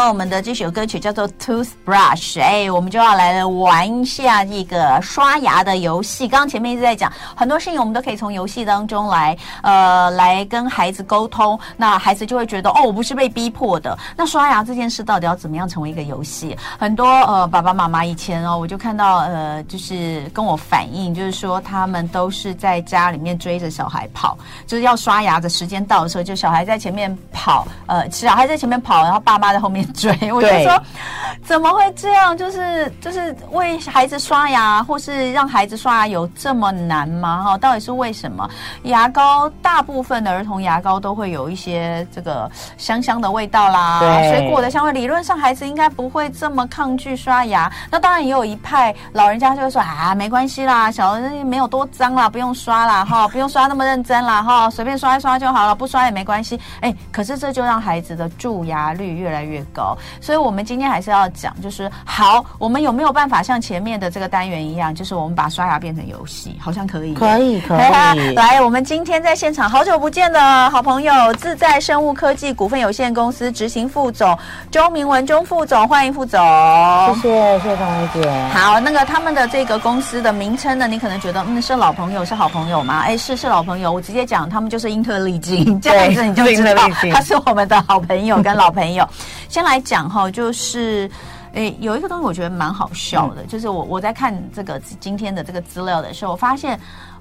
呢，我们的这首歌曲叫做 Toothbrush， 我们就要来玩一下这个刷牙的游戏。刚刚前面一直在讲很多事情，我们都可以从游戏当中来跟孩子沟通，那孩子就会觉得我不是被逼迫的。那刷牙这件事到底要怎么样成为一个游戏？很多爸爸妈妈以前我就看到就是跟我反映，就是说他们都是在家里面追着小孩跑，就是要刷牙的时间到的时候，就小孩在前面跑，小孩在前面跑，然后爸妈在后面追。我就说怎么会这样？就是为孩子刷牙，或是让孩子刷牙有这么难吗？到底是为什么？牙膏大部分的儿童牙膏都会有一些这个香香的味道啦，水果的香味，理论上孩子应该不会这么抗拒刷牙。那当然也有一派老人家就会说没关系啦，小人没有多脏啦，不用刷啦不用刷那么认真啦随便刷一刷就好了，不刷也没关系。可是这就让孩子的蛀牙率越来越高。所以我们今天还是要讲，就是好，我们有没有办法像前面的这个单元一样，就是我们把刷牙变成游戏？好像可以。 可以来，我们今天在现场好久不见的好朋友，自在生物科技股份有限公司执行副总周明文钟副总，欢迎副总。 谢谢童薇姐。 好，那个他们的这个公司的名称呢，你可能觉得是老朋友，是好朋友吗？是老朋友。我直接讲，他们就是英特利金，这样子你就知道他是我们的好朋友跟老朋友。先来讲就是有一个东西我觉得蛮好笑的，就是我在看这个今天的这个资料的时候，我发现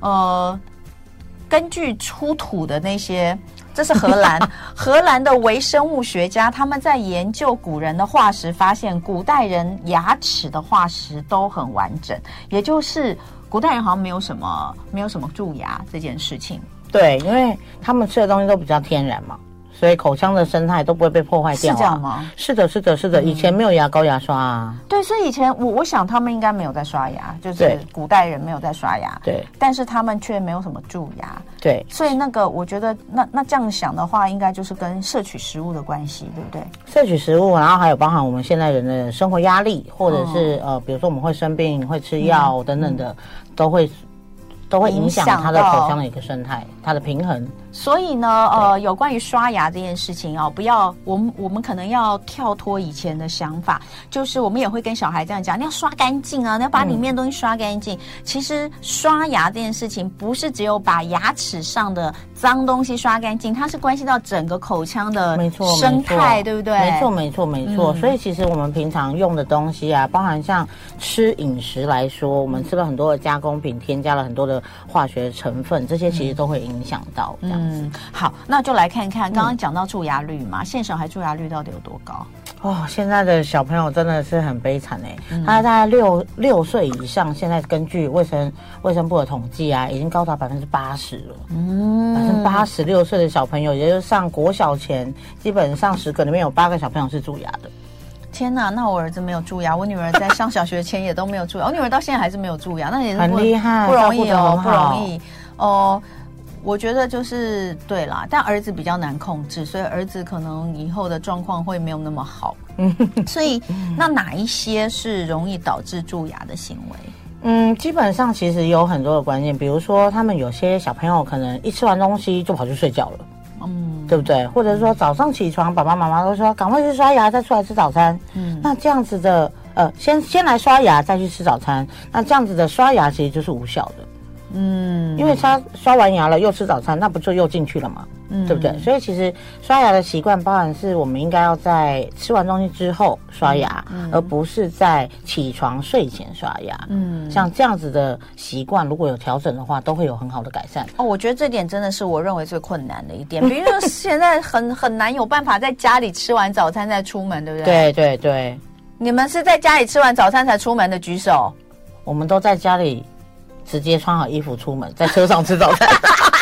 根据出土的那些，这是荷兰的微生物学家，他们在研究古人的化石，发现古代人牙齿的化石都很完整，也就是古代人好像没有什么蛀牙这件事情。 对，因为他们吃的东西都比较天然嘛，所以口腔的生态都不会被破坏掉。 是这样吗？ 是的，以前没有牙膏牙刷啊。对， 所以以前我想他们应该没有在刷牙，就是古代人没有在刷牙。 对， 但是他们却没有什么蛀牙。 对， 所以我觉得那这样想的话，应该就是跟摄取食物的关系，对不对？ 摄取食物，然后还有包含我们现在人的生活压力，或者是比如说我们会生病、会吃药等等的，都会影响它的口腔的一个生态，它的平衡。 所以呢，有关于刷牙这件事情不要我们可能要跳脱以前的想法，就是我们也会跟小孩这样讲，你要刷干净啊，你要把里面的东西刷干净。其实刷牙这件事情不是只有把牙齿上的脏东西刷干净，它是关系到整个口腔的生态，对不对？ 没错。所以其实我们平常用的东西啊，包含像吃饮食来说，我们吃了很多的加工品，添加了很多的化学成分，这些其实都会影响到这样。 好，那就来看看刚刚讲到蛀牙率嘛，现在小孩蛀牙率到底有多高？ 现在的小朋友真的是很悲惨他大概6岁以上，现在根据卫生部的统计啊，已经高达80%了。86岁的小朋友，也就是上国小前，基本上10个里面有8个小朋友是蛀牙的。 天哪，那我儿子没有蛀牙，我女儿在上小学前也都没有蛀牙，我女儿到现在还是没有蛀牙，那也是很厉害， 不容易不容易我觉得就是对啦，但儿子比较难控制，所以儿子可能以后的状况会没有那么好。所以那哪一些是容易导致蛀牙的行为？ 基本上其实有很多的关键，比如说他们有些小朋友可能一吃完东西就跑去睡觉了。对不对？或者说早上起床，爸爸妈妈都说赶快去刷牙，再出来吃早餐。那这样子的先来刷牙，再去吃早餐。那这样子的刷牙其实就是无效的。因为他刷完牙了又吃早餐，那不就又进去了吗？对不对？所以其实刷牙的习惯包含是我们应该要在吃完东西之后刷牙，而不是在起床睡前刷牙。像这样子的习惯如果有调整的话，都会有很好的改善。 我觉得这点真的是我认为最困难的一点。比如说现在很难有办法在家里吃完早餐再出门，对不对？ 对。 你们是在家里吃完早餐才出门的举手。 我们都在家里直接穿好衣服出门，在车上吃早餐。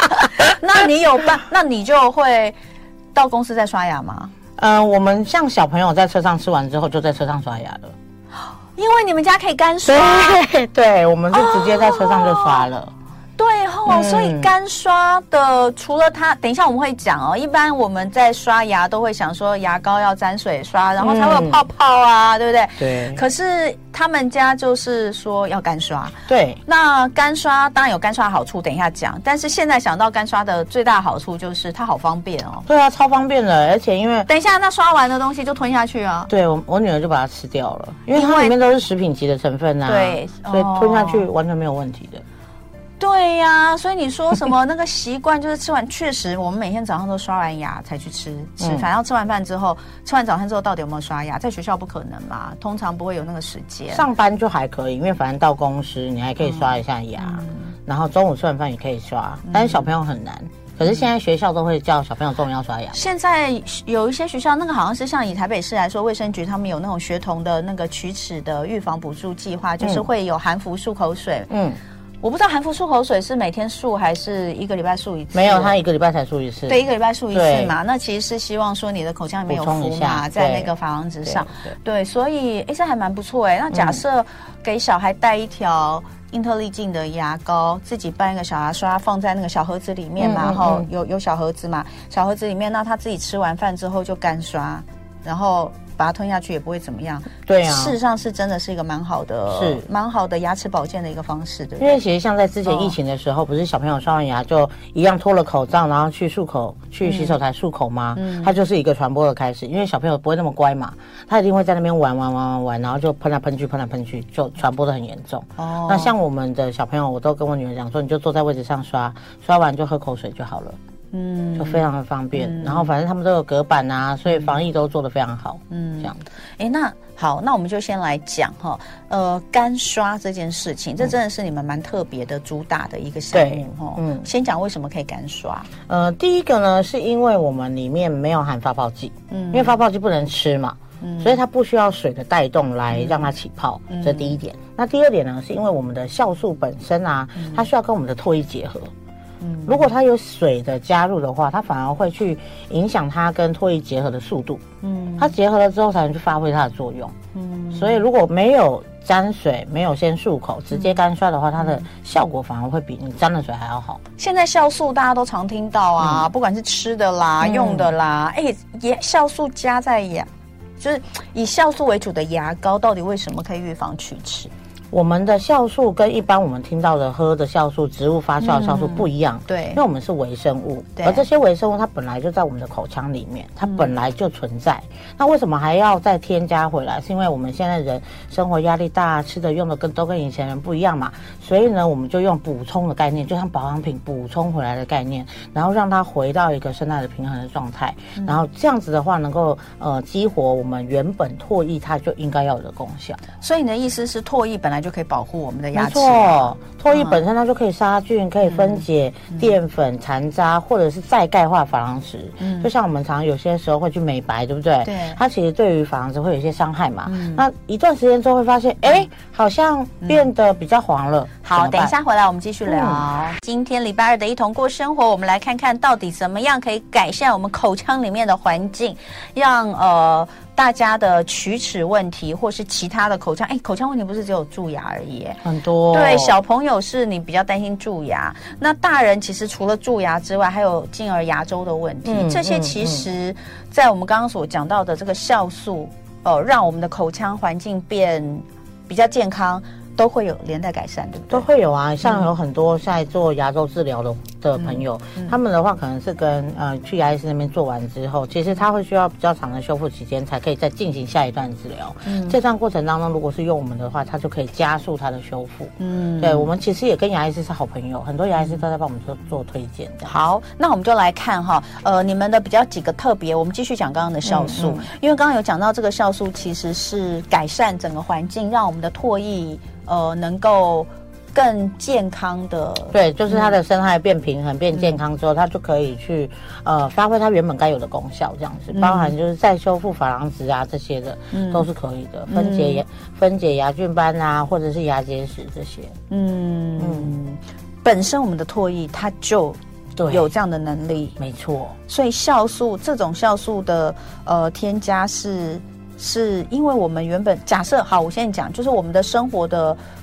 那你就会到公司再刷牙吗？ 我们像小朋友在车上吃完之后就在车上刷牙了， 因为你们家可以干刷。 对，我们是直接在车上就刷了。 对吼，所以干刷的除了它，等一下我们会讲哦。一般我们在刷牙都会想说牙膏要沾水刷，然后才会有泡泡啊，对不对？ 对。 可是他们家就是说要干刷。 对。 那干刷当然有干刷的好处，等一下讲。但是现在想到干刷的最大的好处就是它好方便哦。 对啊，超方便的，而且因为等一下那刷完的东西就吞下去啊。 对，我女儿就把它吃掉了，因为它里面都是食品级的成分啊， 对， 所以吞下去完全没有问题的。 对呀，所以你说什么那个习惯就是吃完，确实我们每天早上都刷完牙才去吃饭，然后吃完饭之后，吃完早餐之后到底有没有刷牙？在学校不可能嘛，通常不会有那个时间。 上班就还可以，因为反正到公司你还可以刷一下牙，然后中午吃完饭也可以刷，但是小朋友很难。可是现在学校都会叫小朋友中午要刷牙。现在有一些学校，那个好像是像以台北市来说，卫生局他们有那种学童的那个龋齿的预防补助计划，就是会有含氟漱口水。我不知道含氟漱口水是每天漱还是一个礼拜漱一次？ 没有，他一个礼拜才漱一次。 对，一个礼拜漱一次嘛。那其实是希望说你的口腔里面有氟嘛，在那个珐琅质上。对，所以这还蛮不错哎。那假设给小孩带一条英特利净的牙膏，自己办一个小牙刷，放在那个小盒子里面嘛，然后有小盒子嘛，小盒子里面，那他自己吃完饭之后就干刷，然后把它吞下去也不会怎么样。 对啊， 事实上是真的是一个蛮好的牙齿保健的一个方式，对不对？ 因为其实像在之前疫情的时候，不是小朋友刷完牙就一样脱了口罩，然后去洗手台漱口吗？它就是一个传播的开始。因为小朋友不会那么乖嘛，他一定会在那边玩，然后就喷来喷去，就传播的很严重。那像我们的小朋友，我都跟我女儿讲说，你就坐在位置上刷，刷完就喝口水就好了。就非常的方便，然后反正他们都有隔板啊，所以防疫都做得非常好。这样。 那好，那我们就先来讲哈，干刷这件事情，这真的是你们蛮特别的主打的一个项目哈。先讲为什么可以干刷。 第一个呢，是因为我们里面没有含发泡剂，因为发泡剂不能吃嘛。所以它不需要水的带动来让它起泡，这第一点。那第二点呢，是因为我们的酵素本身啊，它需要跟我们的唾液结合。如果它有水的加入的话，它反而会去影响它跟唾液结合的速度。它结合了之后才能去发挥它的作用。所以如果没有沾水，没有先漱口，直接干刷的话，它的效果反而会比你沾了水还要好。 现在酵素大家都常听到啊，不管是吃的啦、用的啦，酵素加在就是以酵素为主的牙膏，到底为什么可以预防龋齿？ 我们的酵素跟一般我们听到的喝的酵素、植物发酵的酵素不一样， 对， 因为我们是微生物，而这些微生物它本来就在我们的口腔里面，它本来就存在。那为什么还要再添加回来？是因为我们现在人生活压力大，吃的用的都跟以前人不一样嘛，所以呢，我们就用补充的概念，就像保养品补充回来的概念，然后让它回到一个生态的平衡的状态，然后这样子的话，能够激活我们原本唾液它就应该要有的功效。 所以你的意思是，唾液本来就可以保护我们的牙齿。 没错，唾液本身它就可以杀菌，可以分解淀粉、残渣，或者是再钙化珐琅质。就像我们常有些时候会去美白，对不对？ 对。 它其实对于珐琅质会有一些伤害嘛。那一段时间之后会发现，好像变得比较黄了。 好，等一下回来我们继续聊。今天礼拜二的一同过生活，我们来看看到底怎么样可以改善我们口腔里面的环境，让大家的龋齿问题或是其他的口腔，口腔问题不是只有蛀牙而已， 很多。 对，小朋友是你比较担心蛀牙，那大人其实除了蛀牙之外，还有进而牙周的问题。这些其实在我们刚刚所讲到的这个酵素，让我们的口腔环境变比较健康，都会有连带改善，对不对？ 都会有啊，像有很多在做牙周治疗的朋友，他们的话可能是跟去牙医师那边做完之后，其实他会需要比较长的修复期间，才可以再进行下一段治疗。这段过程当中，如果是用我们的话，它就可以加速它的修复。对，我们其实也跟牙医师是好朋友，很多牙医师都在帮我们做推荐的。 好，那我们就来看哈，你们的比较几个特别，我们继续讲刚刚的酵素，因为刚刚有讲到这个酵素其实是改善整个环境，让我们的唾液能够更健康的， 对，就是它的生态变平衡、变健康之后，它就可以去发挥它原本该有的功效，这样子，包含就是再修复珐琅质啊这些的，都是可以的，分解牙菌斑啊，或者是牙结石这些。 本身我们的唾液它就有这样的能力， 没错。 所以酵素这种酵素的添加是因为我们原本假设好，我现在讲就是我们的生活的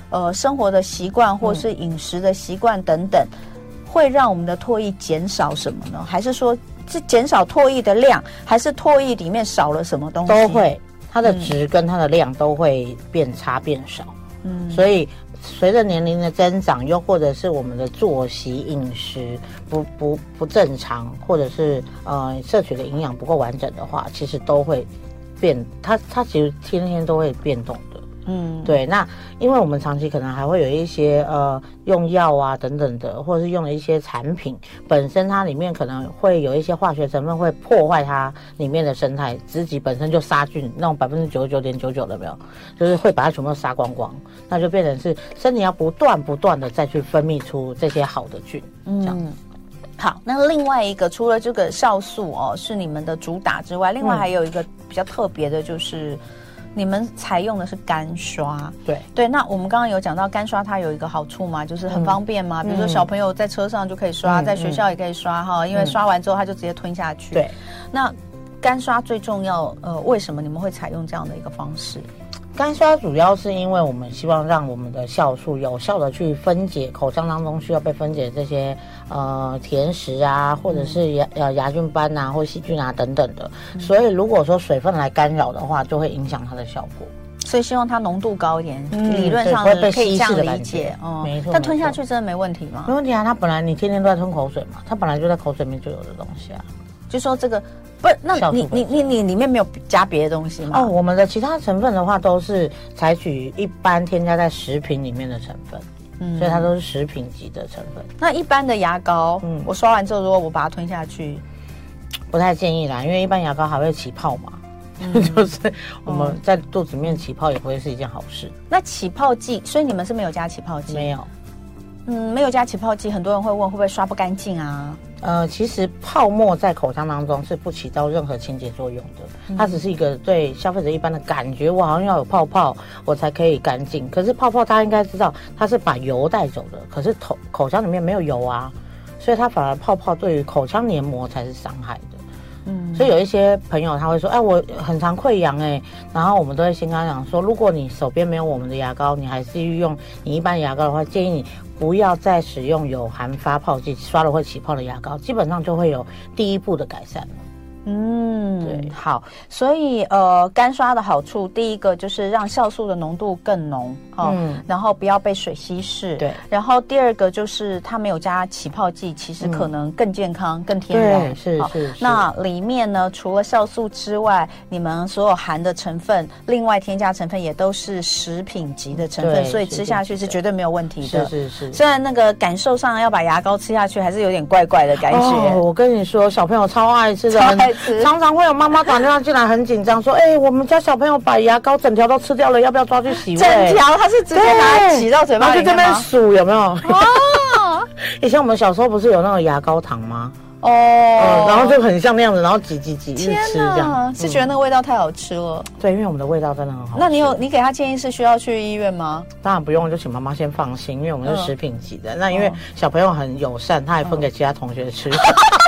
生活的习惯或是饮食的习惯等等，会让我们的唾液减少什么呢？还是说是减少唾液的量，还是唾液里面少了什么东西？ 都会，它的值跟它的量都会变差变少。所以随着年龄的增长，又或者是我们的作息饮食不正常，或者是摄取的营养不够完整的话，其实都会变，它其实天天都会变动的。对，那因为我们长期可能还会有一些用药啊等等的，或者是用了一些产品，本身它里面可能会有一些化学成分会破坏它里面的生态，自己本身就杀菌那种99.99%的没有，就是会把它全部都杀光光，那就变成是身体要不断的再去分泌出这些好的菌，这样。 好，那另外一个除了这个酵素是你们的主打之外，另外还有一个比较特别的就是你们采用的是干刷。对，那我们刚刚有讲到干刷它有一个好处嘛，就是很方便嘛，比如说小朋友在车上就可以刷，在学校也可以刷哈，因为刷完之后他就直接吞下去。对，那干刷最重要，为什么你们会采用这样的一个方式？ 干刷主要是因为我们希望让我们的酵素有效的去分解口腔当中需要被分解这些甜食啊，或者是牙菌斑啊或细菌啊等等的，所以如果说水分来干扰的话，就会影响它的效果。 所以希望它浓度高一点，理论上可以这样理解。 没错。 但吞下去真的没问题吗？ 没问题啊，它本来你天天都在吞口水嘛，它本来就在口水里面就有的东西啊。 就说这个不是，那你里面没有加别的东西吗？ 我们的其他成分的话都是采取一般添加在食品里面的成分，所以它都是食品级的成分。 那一般的牙膏，我刷完之后如果我把它吞下去， 不太建议啦，因为一般牙膏还会起泡嘛，就是我们在肚子里面起泡也不会是一件好事。 那起泡剂，所以你们是没有加起泡剂？ 没有。 没有加起泡剂，很多人会问会不会刷不干净啊？ 其实泡沫在口腔当中是不起到任何清洁作用的，它只是一个对消费者一般的感觉，我好像要有泡泡我才可以干净。可是泡泡大家应该知道，它是把油带走的，可是口腔里面没有油啊，所以它反而泡泡对于口腔黏膜才是伤害的。所以有一些朋友他会说，我很常溃疡然后我们都会先跟他讲说，如果你手边没有我们的牙膏，你还是用你一般牙膏的话，建议你不要再使用有含发泡剂刷了会起泡的牙膏，基本上就会有第一步的改善了。 对，好，所以干刷的好处，第一个就是让酵素的浓度更浓，然后不要被水稀释。对，然后第二个就是它没有加起泡剂，其实可能更健康、更天然。 是。 那里面呢，除了酵素之外，你们所有含的成分，另外添加成分也都是食品级的成分，所以吃下去是绝对没有问题的。 是。 虽然那个感受上要把牙膏吃下去，还是有点怪怪的感觉。 我跟你说，小朋友超爱吃的。常常会有妈妈打电话进来很紧张说，我们家小朋友把牙膏整条都吃掉了，要不要抓去洗胃？ 整条他是直接拿来挤到嘴巴里面吗？ 就这边数有没有？以前我们小时候不是有那个牙膏糖吗？然后就很像那样子，然后挤一直吃这样。 是觉得那个味道太好吃了。 对，因为我们的味道真的很好吃。 那你给他建议是需要去医院吗？ 当然不用，就请妈妈先放心，因为我们是食品级的。那因为小朋友很友善，他还分给其他同学吃。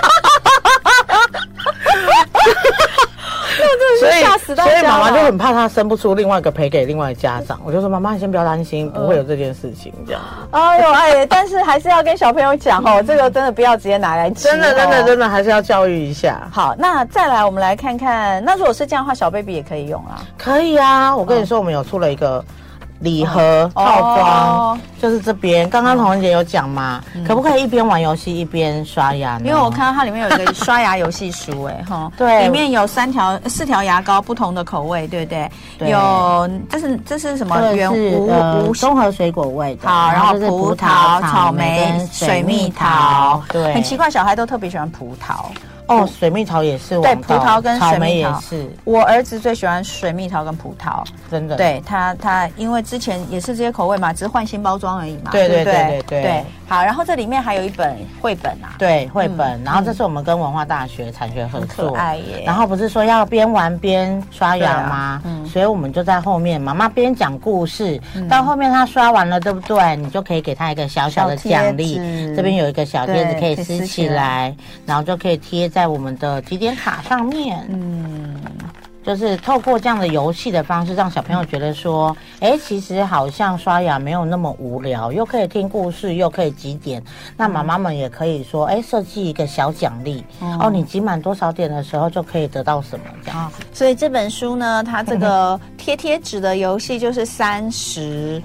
所以妈妈就很怕他生不出另外一个赔给另外家长，我就说妈妈你先不要担心，不会有这件事情这样。 但是还是要跟小朋友讲这个真的不要直接拿来吃， 真的还是要教育一下。 好，那再来我们来看看，那如果是这样的话，小 baby 也可以用啊？ 可以啊，我跟你说，我们有出了一个礼盒套装，就是这边刚刚童文姐有讲嘛，可不可以一边玩游戏一边刷牙呢？ 因为我看到它里面有一个刷牙游戏书对， 里面有4条牙膏不同的口味，对不对？有这是什么？ 综合水果味的， 好，然后葡萄、草莓、水蜜桃，对，很奇怪，小孩都特别喜欢葡萄。 水蜜桃也是， 对，葡萄跟水蜜桃也是。 我儿子最喜欢水蜜桃跟葡萄， 真的。 对他因为之前也是这些口味嘛，只是换新包装而已嘛。 对。 好，然后这里面还有一本绘本啊。 对，绘本。然后这是我们跟文化大学产学合作， 很可爱耶。 然后不是说要边玩边刷牙吗？所以我们就在后面，妈妈边讲故事，到后面他刷完了，对不对？你就可以给他一个小小的奖励，这边有一个小贴纸可以撕起来，然后就可以贴在我们的提点卡上面。 就是透过这样的游戏的方式，让小朋友觉得说，其实好像刷牙没有那么无聊，又可以听故事，又可以集点。那妈妈们也可以说，设计一个小奖励，你集满多少点的时候就可以得到什么这样子。 所以这本书呢，它这个贴纸的游戏就是30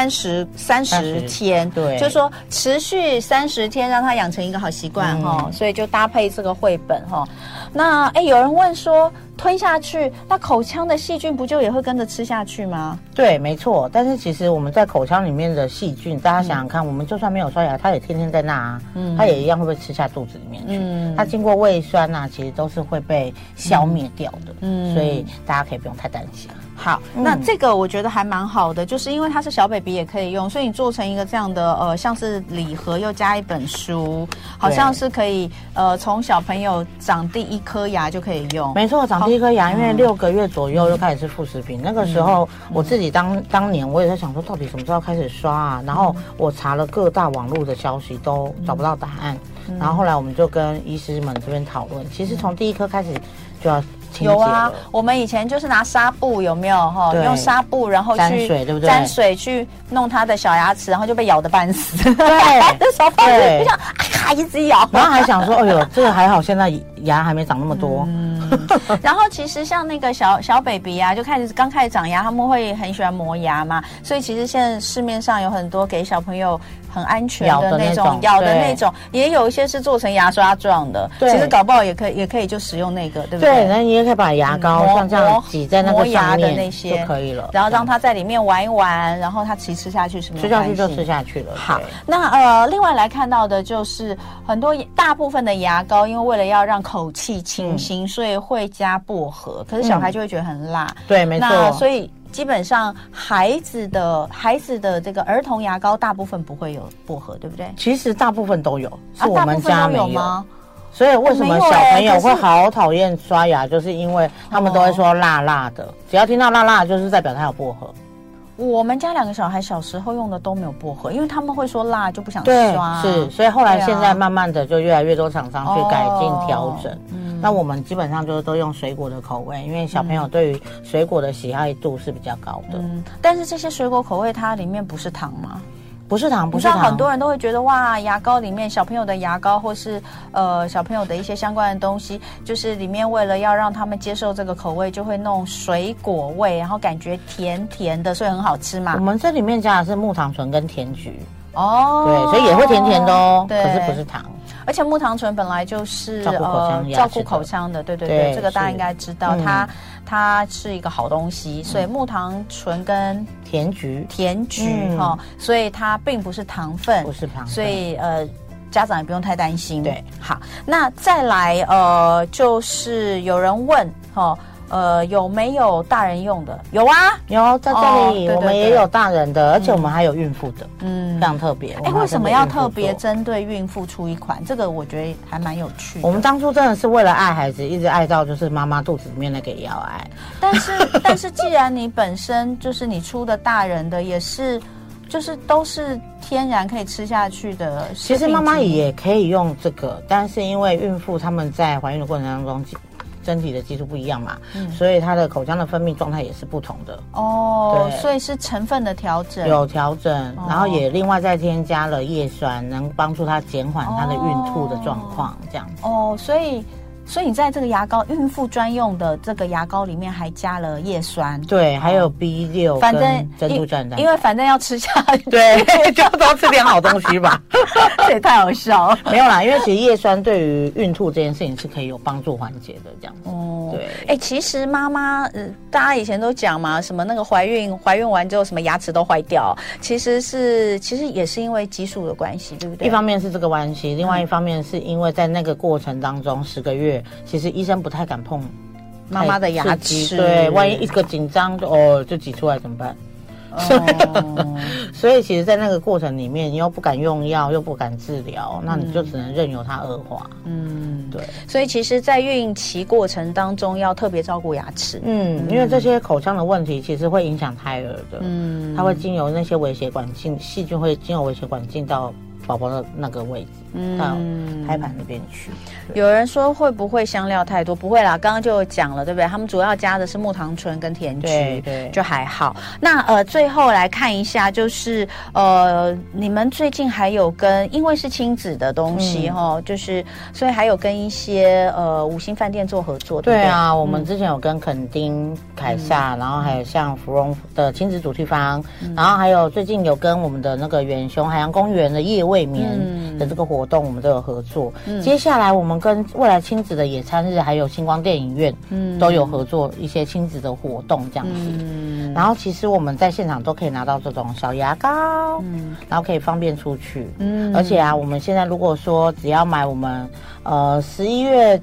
天， 对， 就是说持续30天，让他养成一个好习惯所以就搭配这个绘本那有人问说，吞下去，那口腔的细菌不就也会跟着吃下去吗？ 对，没错。但是其实我们在口腔里面的细菌，大家想想看，我们就算没有刷牙，它也天天在那啊，它也一样会被吃下肚子里面去。它经过胃酸啊，其实都是会被消灭掉的。所以大家可以不用太担心。 好，那这个我觉得还蛮好的，就是因为它是小 baby 也可以用，所以你做成一个这样的像是礼盒，又加一本书，好像是可以从小朋友长第一颗牙就可以用。 没错，长第一颗牙，因为6个月左右就开始吃副食品。那个时候我自己当年我也在想说，到底什么时候开始刷啊？然后我查了各大网络的消息，都找不到答案。然后后来我们就跟医师们这边讨论，其实从第一颗开始就要。 有啊，我们以前就是拿纱布，有没有用纱布，然后去沾水，对不对？ 沾水去弄他的小牙齿，然后就被咬得半死。 对， 那小朋友就想一直咬， 然后还想说，哎呦，这个还好，现在牙还没长那么多。 然后其实像那个小 baby 啊，就刚开始长牙，他们会很喜欢磨牙嘛，所以其实现在市面上有很多给小朋友很安全的那种咬的那种，也有一些是做成牙刷状的。其实搞不好也可以就使用那个，对不对？ 对，那你也可以把牙膏像这样挤在那个上面那些就可以了， 然后让它在里面玩一玩，然后它其实吃下去是没有关系， 吃下去就吃下去了。 好，那另外来看到的就是大部分的牙膏，因为为了要让口气清新，所以会加薄荷，可是小孩就会觉得很辣。 对，没错。 那所以基本上孩子的这个儿童牙膏大部分不会有薄荷，对不对？ 其实大部分都有，是我们家没有吗？ 所以为什么小朋友会好讨厌刷牙，就是因为他们都会说辣辣的，只要听到辣辣的，就是代表它有薄荷。 我们家2个小孩小时候用的都没有薄荷，因为他们会说辣就不想刷。 是，所以后来现在慢慢的就越来越多厂商去改进调整。那我们基本上就是都用水果的口味，因为小朋友对于水果的喜爱度是比较高的。 但是这些水果口味它里面不是糖吗？ 不是糖，不是糖。 很多人都会觉得哇，牙膏里面小朋友的牙膏或是小朋友的一些相关的东西，就是里面为了要让他们接受这个口味，就会弄水果味，然后感觉甜甜的，所以很好吃嘛。 我们这里面加的是木糖醇跟甜菊。对，所以也会甜甜的哦，可是不是糖。 而且木糖醇本来就是照顾口腔的，对，这个大家应该知道，它是一个好东西，所以木糖醇跟甜菊所以它并不是糖分， 不是糖分， 所以家长也不用太担心。 对， 好，那再来就是有人问有没有大人用的？有啊， 有在这里，我们也有大人的，而且我们还有孕妇的，非常特别。 为什么要特别针对孕妇出一款？这个我觉得还蛮有趣的。 我们当初真的是为了爱孩子，一直爱到就是妈妈肚子里面那个也要爱。 但是既然你本身就是你出的大人的，也是就是都是天然可以吃下去的。 其实妈妈也可以用这个，但是因为孕妇他们在怀孕的过程当中，身体的激素不一样嘛，所以它的口腔的分泌状态也是不同的。 对，所以是成分的调整， 有调整，然后也另外再添加了叶酸，能帮助它减缓它的孕吐的状况，这样子。 所以你在这个牙膏孕妇专用的这个牙膏里面还加了叶酸， 对，还有 B6， 反正珍珠蘸蛋， 因为反正要吃下去， 对，就要吃点好东西吧。 这也太好笑了。 没有啦，因为其实叶酸对于孕吐这件事情是可以有帮助缓解的，这样子。 对，其实妈妈，大家以前都讲嘛，什么那个怀孕完之后什么牙齿都坏掉，其实也是因为激素的关系，对不对？ 一方面是这个关系，另外一方面是因为在那个过程当中10个月。其实医生不太敢碰妈妈的牙齿， 对，万一一个紧张就挤出来怎么办？所以其实在那个过程里面，你又不敢用药，又不敢治疗，那你就只能任由它恶化。对。 所以其实在孕期过程当中要特别照顾牙齿。 因为这些口腔的问题其实会影响胎儿的。它会经由那些微血管细菌会经由微血管进到宝宝的那个位置，到胎盘那边去。 有人说会不会香料太多？不会啦，刚刚就讲了，对不对？他们主要加的是木糖醇跟甜菊，对，就还好。那最后来看一下，就是你们最近还有跟，因为是亲子的东西就是所以还有跟一些五星饭店做合作，对不对？ 对啊，我们之前有跟垦丁、凯撒，然后还有像芙蓉的亲子主题房，然后还有最近有跟我们的那个远雄海洋公园的夜未眠的这个活动，我们都有合作。接下来我们跟未来亲子的野餐日还有星光电影院都有合作一些亲子的活动这样子。然后其实我们在现场都可以拿到这种小牙膏，然后可以方便出去。而且啊，我们现在如果说只要买我们11月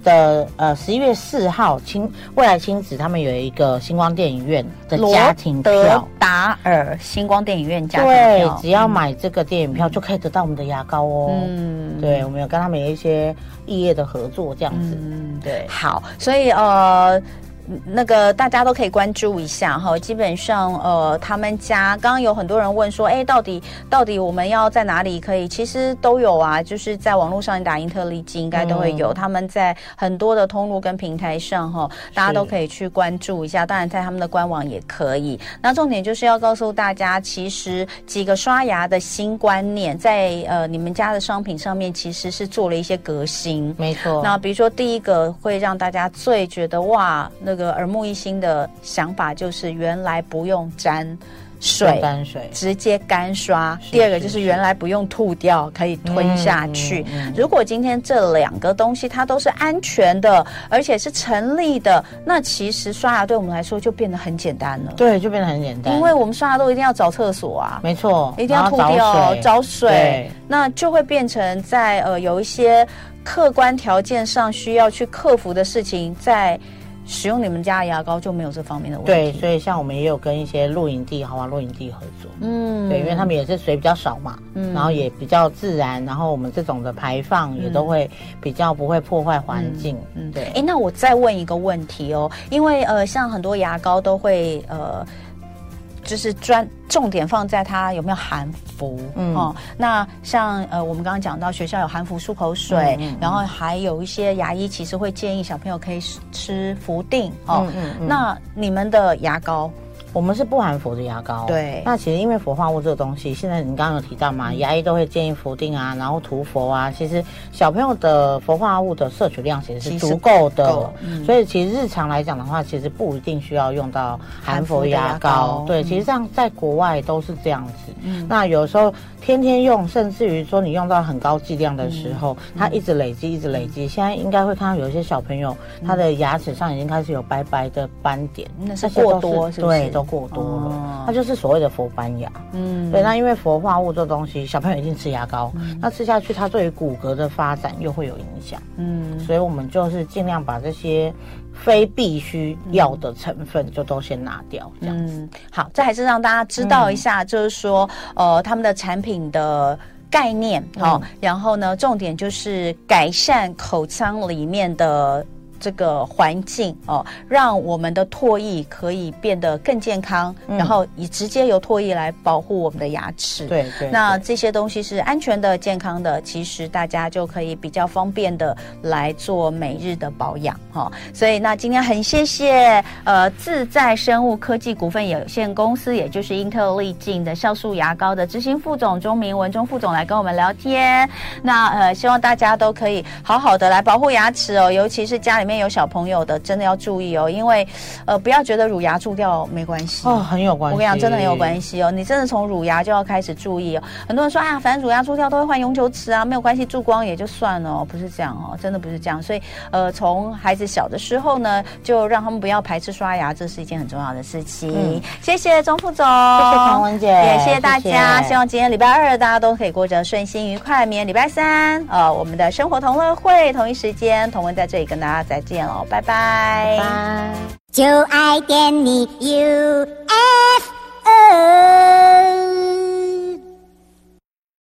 4号未来亲子他们有一个星光电影院的家庭票， 罗德达尔星光电影院家庭票， 对，只要买这个电影票就可以得到我们的牙膏哦。对，我们有跟他们有一些异业的合作这样子。对， 好，所以那个大家都可以关注一下哈，基本上他们家刚刚有很多人问说，到底我们要在哪里可以？其实都有啊，就是在网络上你打英特利基应该都会有，他们在很多的通路跟平台上哈，大家都可以去关注一下。当然在他们的官网也可以。那重点就是要告诉大家，其实几个刷牙的新观念在你们家的商品上面其实是做了一些革新。 没错。 那比如说第一个会让大家最觉得哇那个耳目一新的想法就是原来不用沾水，直接干刷。第二个就是原来不用吐掉，可以吞下去。如果今天这两个东西它都是安全的，而且是成立的，那其实刷牙对我们来说就变得很简单了。 对，就变得很简单， 因为我们刷牙都一定要找厕所啊， 没错， 一定要吐掉找水，那就会变成在有一些客观条件上需要去克服的事情，在使用你们家的牙膏就没有这方面的问题。 对，所以像我们也有跟一些露营地、豪华露营地合作。对，因为他们也是水比较少嘛，然后也比较自然，然后我们这种的排放也都会比较不会破坏环境。对。 那我再问一个问题哦，因为像很多牙膏都会就是重点放在它有没有含氟那像我们刚刚讲到学校有含氟漱口水，然后还有一些牙医其实会建议小朋友可以吃氟定那你们的牙膏？ 我们是不含氟的牙膏。 对， 那其实因为氟化物这个东西，现在你刚刚有提到嘛，牙医都会建议氟定啊，然后涂氟啊。其实小朋友的氟化物的摄取量其实是足够的，所以其实日常来讲的话，其实不一定需要用到含氟牙膏。对，其实上在国外都是这样子。那有时候天天用，甚至于说你用到很高剂量的时候，它一直累积，一直累积。现在应该会看到有一些小朋友，他的牙齿上已经开始有白白的斑点， 那是过多，是不是？ 对，都过多了，它就是所谓的氟斑牙。对，那因为氟化物这东西，小朋友一定吃牙膏，那吃下去，它对于骨骼的发展又会有影响。所以我们就是尽量把这些非必须要的成分就都先拿掉，这样子。 好，这还是让大家知道一下，就是说，他们的产品的概念，然后呢，重点就是改善口腔里面的这个环境让我们的唾液可以变得更健康，然后以直接由唾液来保护我们的牙齿。 对， 那这些东西是安全的、健康的，其实大家就可以比较方便的来做每日的保养所以那今天很谢谢自在生物科技股份有限公司，也就是英特利净的酵素牙膏的执行副总钟明文钟副总来跟我们聊天。那希望大家都可以好好的来保护牙齿尤其是家里面有小朋友的，真的要注意因为不要觉得乳牙蛀掉没关系很有关系。 我跟你讲，真的很有关系你真的从乳牙就要开始注意很多人说反正乳牙蛀掉都会换永久齿没有关系，蛀光也就算了不是这样真的不是这样。所以从孩子小的时候呢，就让他们不要排斥刷牙，这是一件很重要的事情。谢谢钟副总， 谢谢唐文姐， 也谢谢大家。希望今天礼拜二大家都可以过着顺心愉快。明天礼拜三我们的生活同乐会同一时间，同文在这里跟大家再见了，拜拜， 拜拜。 就爱点你 UFO。